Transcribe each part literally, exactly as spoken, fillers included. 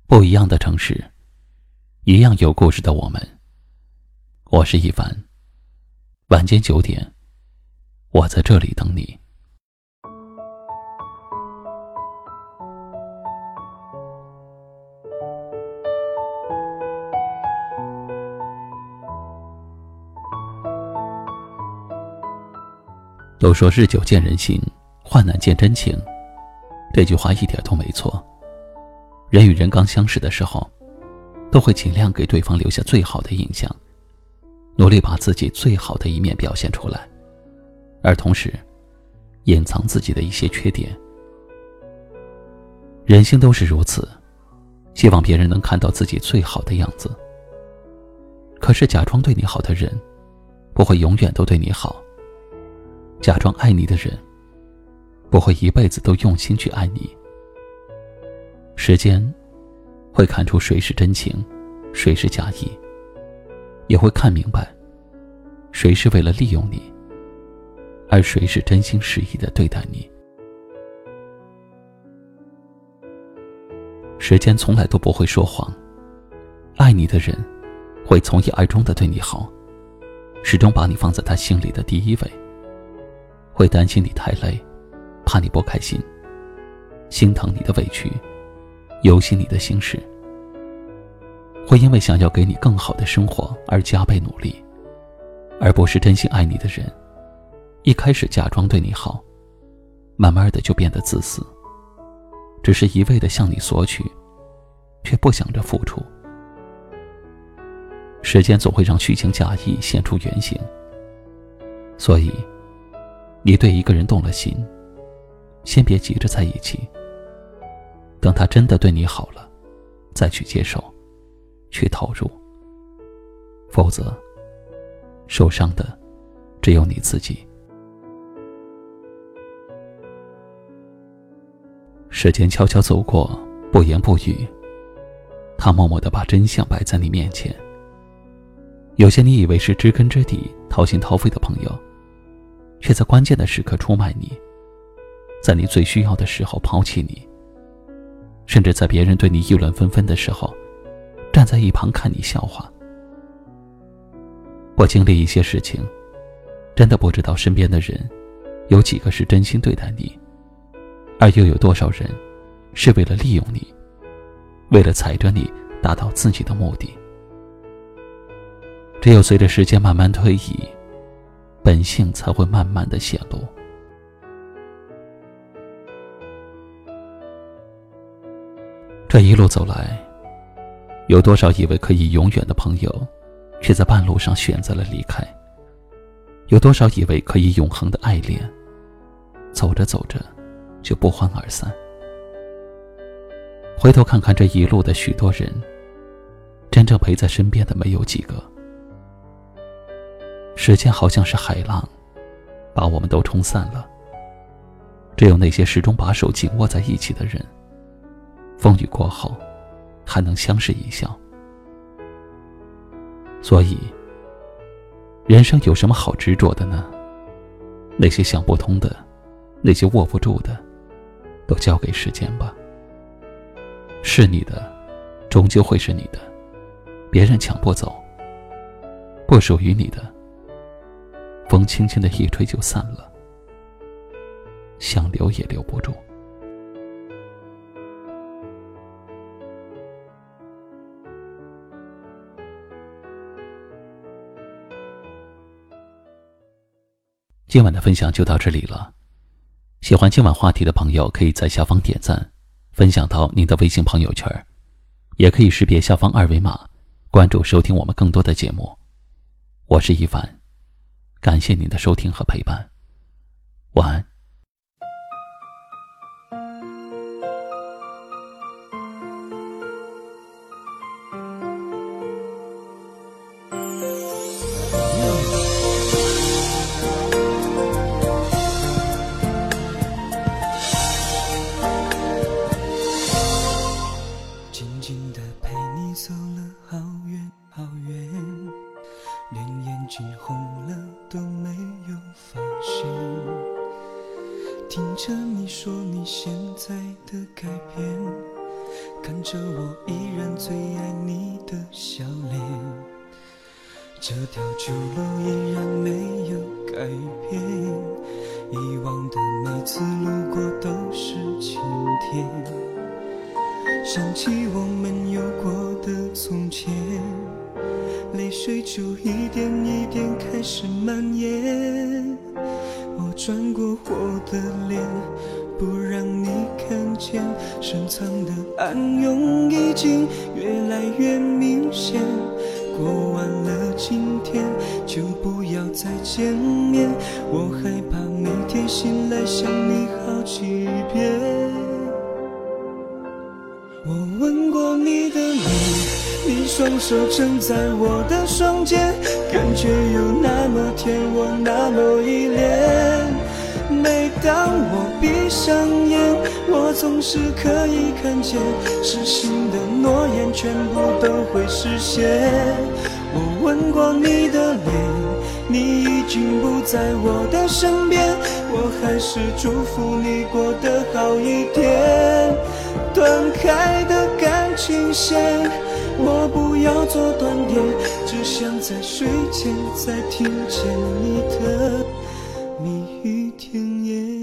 不一样的城市，一样有故事的我们。我是一凡，晚间九点，我在这里等你。都说日久见人心，患难见真情，这句话一点都没错。人与人刚相识的时候，都会尽量给对方留下最好的印象，努力把自己最好的一面表现出来，而同时隐藏自己的一些缺点。人性都是如此，希望别人能看到自己最好的样子。可是假装对你好的人，不会永远都对你好；假装爱你的人，不会一辈子都用心去爱你。时间会看出谁是真情，谁是假意，也会看明白谁是为了利用你，而谁是真心实意地对待你。时间从来都不会说谎，爱你的人会从一而终地对你好，始终把你放在他心里的第一位，会担心你太累，怕你不开心，心疼你的委屈，忧心你的心事，会因为想要给你更好的生活而加倍努力。而不是真心爱你的人，一开始假装对你好，慢慢的就变得自私，只是一味的向你索取，却不想着付出。时间总会让虚情假意现出原形，所以你对一个人动了心，先别急着在一起，等他真的对你好了，再去接受，去投入。否则受伤的只有你自己。时间悄悄走过，不言不语，他默默地把真相摆在你面前。有些你以为是知根知底、掏心掏肺的朋友，却在关键的时刻出卖你，在你最需要的时候抛弃你，甚至在别人对你议论纷纷的时候，站在一旁看你笑话。我经历一些事情，真的不知道身边的人有几个是真心对待你，而又有多少人是为了利用你，为了踩着你达到自己的目的。只有随着时间慢慢推移，本性才会慢慢的显露。这一路走来，有多少以为可以永远的朋友，却在半路上选择了离开；有多少以为可以永恒的爱恋，走着走着就不欢而散。回头看看这一路的许多人，真正陪在身边的没有几个。时间好像是海浪，把我们都冲散了。只有那些始终把手紧握在一起的人，风雨过后还能相视一笑。所以人生有什么好执着的呢？那些想不通的，那些握不住的，都交给时间吧。是你的终究会是你的，别人抢不走；不属于你的，风轻轻的一吹就散了，想留也留不住。今晚的分享就到这里了。喜欢今晚话题的朋友，可以在下方点赞，分享到您的微信朋友圈，也可以识别下方二维码，关注收听我们更多的节目。我是一凡，感谢您的收听和陪伴，晚安。 睛红了都没有发现，听着你说你现在的改变， 看着我依然最爱你的笑脸，这条旧路依然没有改变，以往的每次路过都是晴天，想起我们有过的从前，泪水就一点一点开始蔓延，我转过我的脸，不让你看见，深藏的暗涌已经越来越明显，过完了今天就不要再见面，我害怕每天醒来想你好几遍。我吻过你的脸，你双手撑在我的双肩，感觉有那么甜，我那么依恋，每当我闭上眼，我总是可以看见，失信的诺言全部都会实现。我吻过你的脸，你已经不在我的身边，我还是祝福你过得好一点。断开的感情线，我不要做断点，只想在睡前再听见你的蜜语甜言。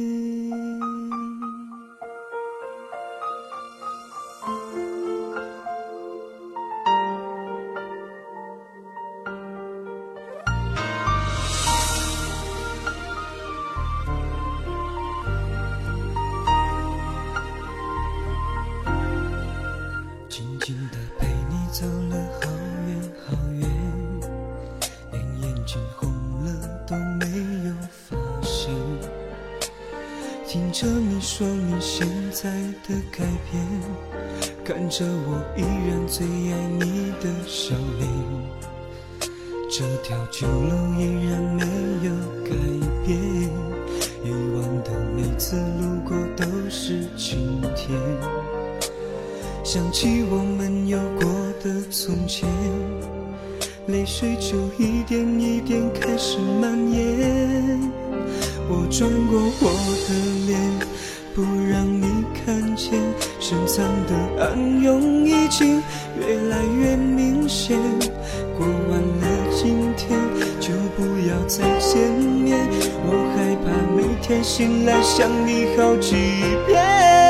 静静地陪你走了好远好远，连眼睛红了都没有发现，听着你说你现在的改变，看着我依然最爱你的笑脸，这条旧路依然没有改变，以往的每次路过都是晴天，想起我们有过的从前，泪水就一点一点开始蔓延，我转过我的脸，不让你看见，深藏的暗涌已经越来越明显，过完了今天就不要再见面，我害怕每天醒来想你好几遍。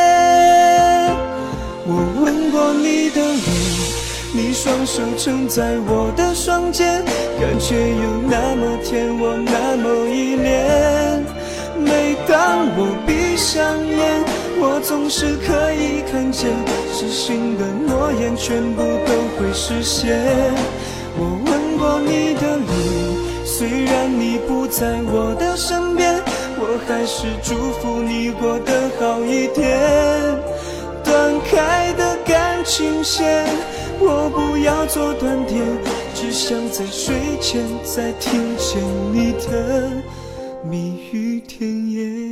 我吻过你的脸，你双手撑在我的双肩，感觉有那么甜，我那么依恋，每当我闭上眼，我总是可以看见，失信的诺言全部都会实现。我吻过你的脸，虽然你不在我的身边，我还是祝福你过得好一点。断开的感情线，我不要做断点，只想在睡前再听见你的蜜语甜言。